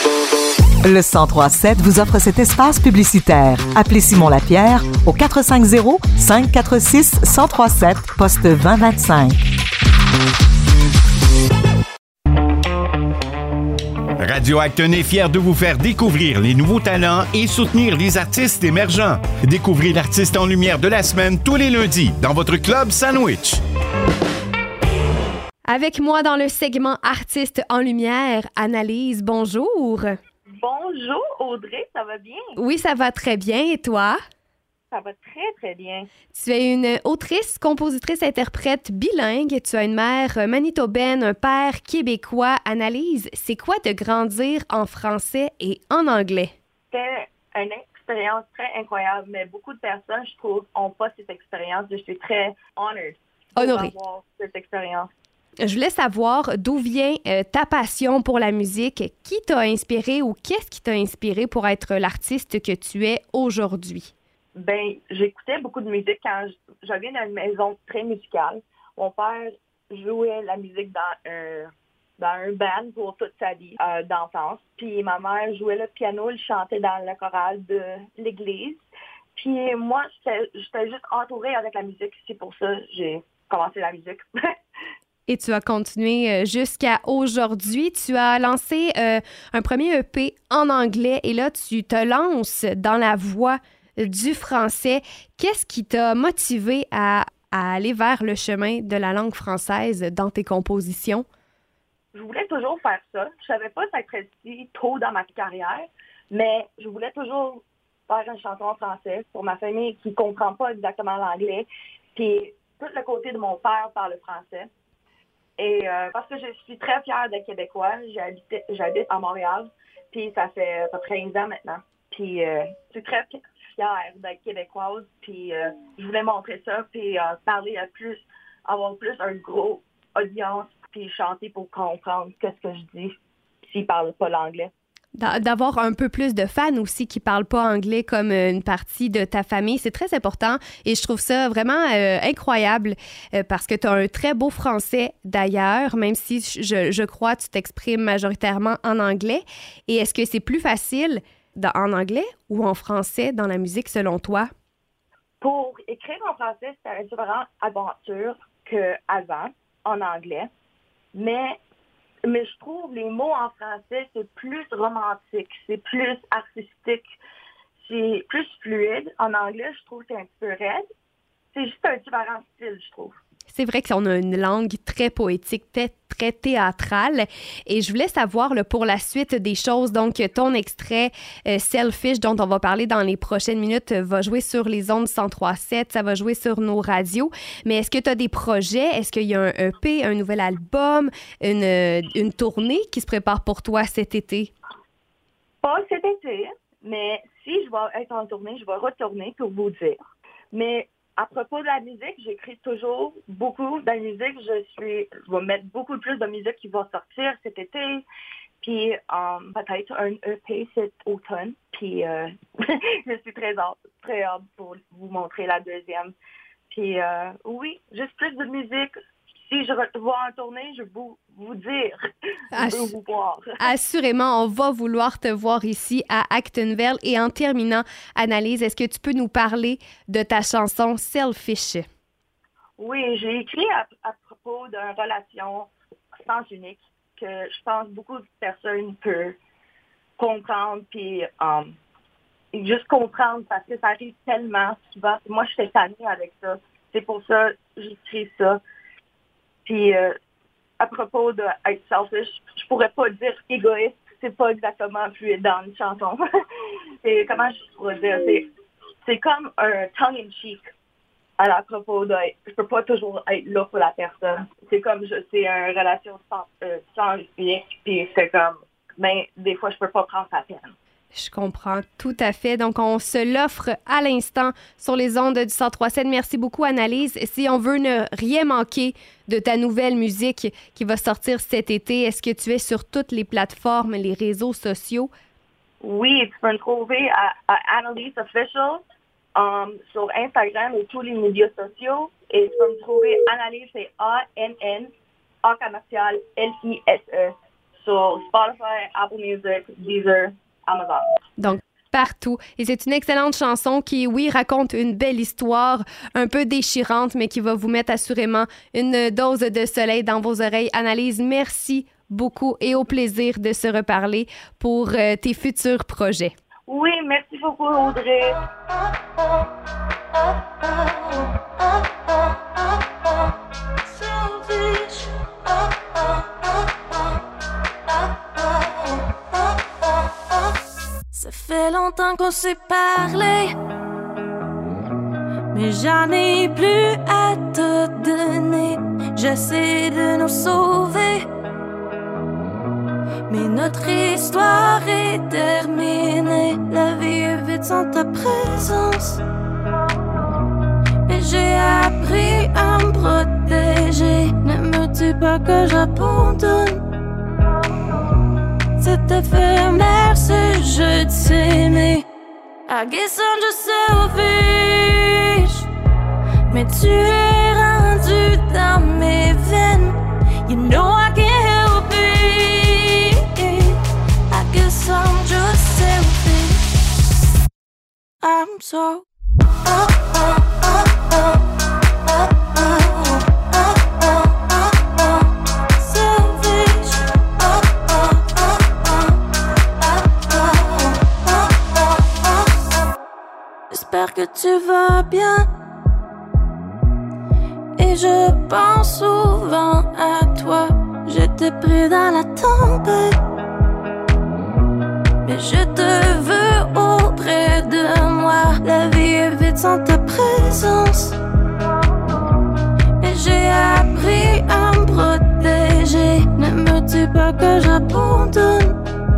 Le 1037 vous offre cet espace publicitaire. Appelez Simon Lapierre au 450-546-1037, poste 2025. Radio Acton est fier de vous faire découvrir les nouveaux talents et soutenir les artistes émergents. Découvrez l'artiste en lumière de la semaine tous les lundis dans votre club Sandwich. Avec moi dans le segment Artistes en lumière, Annalise, bonjour. Bonjour Audrey, ça va bien? Oui, ça va très bien. Et toi? Ça va très, très bien. Tu es une autrice, compositrice, interprète bilingue. Tu as une mère manitobaine, un père québécois. Annalise, c'est quoi de grandir en français et en anglais? C'était une expérience très incroyable, mais beaucoup de personnes, je trouve, n'ont pas cette expérience. Je suis très honorée d'avoir cette expérience. Je voulais savoir d'où vient ta passion pour la musique. Qui t'a inspiré ou qu'est-ce qui t'a inspiré pour être l'artiste que tu es aujourd'hui? Ben, j'écoutais beaucoup de musique quand je viens d'une maison très musicale. Mon père jouait la musique dans un band pour toute sa vie d'enfance. Puis ma mère jouait le piano, elle chantait dans la chorale de l'église. Puis moi, j'étais juste entourée avec la musique. C'est pour ça que j'ai commencé la musique. Et tu as continué jusqu'à aujourd'hui. Tu as lancé un premier EP en anglais et là, tu te lances dans la voie du français. Qu'est-ce qui t'a motivé à aller vers le chemin de la langue française dans tes compositions? Je voulais toujours faire ça. Je savais pas que ça serait si tôt dans ma carrière, mais je voulais toujours faire une chanson en français pour ma famille qui comprend pas exactement l'anglais. Puis tout le côté de mon père parle français. Et parce que je suis très fière d'être québécois, j'habite à Montréal, puis ça fait à peu près 15 ans maintenant. Puis je suis très fière d'être québécoise, puis je voulais montrer ça, puis parler avoir plus un gros audience, puis chanter pour comprendre qu'est-ce que je dis s'ils parlent pas l'anglais. D'avoir un peu plus de fans aussi qui parlent pas anglais comme une partie de ta famille, c'est très important et je trouve ça vraiment incroyable parce que tu as un très beau français d'ailleurs, même si je crois que tu t'exprimes majoritairement en anglais. Et est-ce que c'est plus facile en anglais ou en français dans la musique selon toi? Pour écrire en français, c'est une différente aventure qu'avant en anglais, mais je trouve les mots en français, c'est plus romantique, c'est plus artistique, c'est plus fluide. En anglais, je trouve que c'est un petit peu raide. C'est juste un différent style, je trouve. C'est vrai qu'on a une langue très poétique, très théâtrale. Et je voulais savoir, là, pour la suite des choses, donc ton extrait Selfish, dont on va parler dans les prochaines minutes, va jouer sur les ondes 103.7, ça va jouer sur nos radios. Mais est-ce que tu as des projets? Est-ce qu'il y a un EP, un nouvel album, une tournée qui se prépare pour toi cet été? Pas cet été, mais si je vais être en tournée, je vais retourner pour vous dire. Mais à propos de la musique, j'écris toujours beaucoup de la musique. Je vais mettre beaucoup plus de musique qui va sortir cet été. Puis peut-être un EP cet automne. Puis je suis très hâte pour vous montrer la deuxième. Puis oui, juste plus de musique. Si je vais en tournée, je vais vous dire, je veux vous voir. Assurément, on va vouloir te voir ici à Actonville. Et en terminant, Annalise, est-ce que tu peux nous parler de ta chanson Selfish? Oui, j'ai écrit à propos d'une relation sens unique que je pense beaucoup de personnes peuvent comprendre puis juste comprendre parce que ça arrive tellement souvent. Moi, je suis tannée avec ça. C'est pour ça que j'écris ça. Puis, à propos d'être selfish, je pourrais pas dire égoïste, c'est pas exactement fluide dans une chanson. Et comment je pourrais dire, c'est comme un tongue-in-cheek à propos de, je peux pas toujours être là pour la personne. C'est comme, c'est une relation sans unique, puis c'est comme, mais des fois, je peux pas prendre sa peine. Je comprends tout à fait. Donc, on se l'offre à l'instant sur les ondes du 103.7. Merci beaucoup, Annalise. Si on veut ne rien manquer de ta nouvelle musique qui va sortir cet été, est-ce que tu es sur toutes les plateformes, les réseaux sociaux? Oui, tu peux me trouver à Annalise Official sur Instagram et tous les médias sociaux. Et tu peux me trouver Annalise, c'est A-N-N, A commercial, L-I-S-E sur Spotify, Apple Music, Deezer, Amazon. Donc, partout. Et c'est une excellente chanson qui, oui, raconte une belle histoire, un peu déchirante, mais qui va vous mettre assurément une dose de soleil dans vos oreilles. Annalise, merci beaucoup et au plaisir de se reparler pour tes futurs projets. Oui, merci beaucoup, Audrey. Ça fait longtemps qu'on s'est parlé, mais j'en ai plus à te donner. J'essaie de nous sauver, mais notre histoire est terminée. La vie est vite sans ta présence, et j'ai appris à me protéger. Ne me dis pas que j'abandonne. C'est éphémère ce jeu de s'aimer. I guess I'm just selfish, mais tu es rendu dans mes veines. You know I can't help it. I guess I'm just selfish. I'm so j'espère que tu vas bien. Et je pense souvent à toi. J'étais pris dans la tempête, mais je te veux auprès de moi. La vie est vide sans ta présence, et j'ai appris à me protéger. Ne me dis pas que j'abandonne.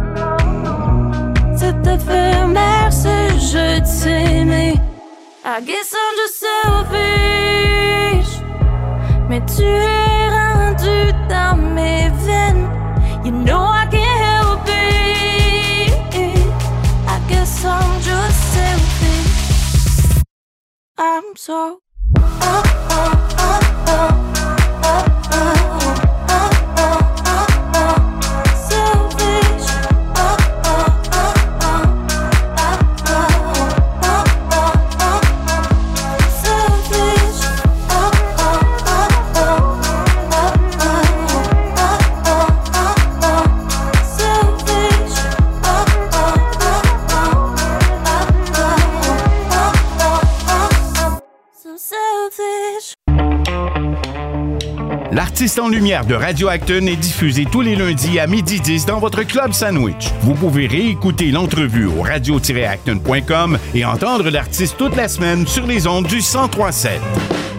C'est éphémère ce jeu de s'aimer. I guess I'm just selfish, mais tu es rendu dans mes veines. You know I can't help it. I guess I'm just selfish. I'm so L'artiste en lumière de Radio Acton est diffusé tous les lundis à 12h10 dans votre club sandwich. Vous pouvez réécouter l'entrevue au radio-acton.com et entendre l'artiste toute la semaine sur les ondes du 103.7.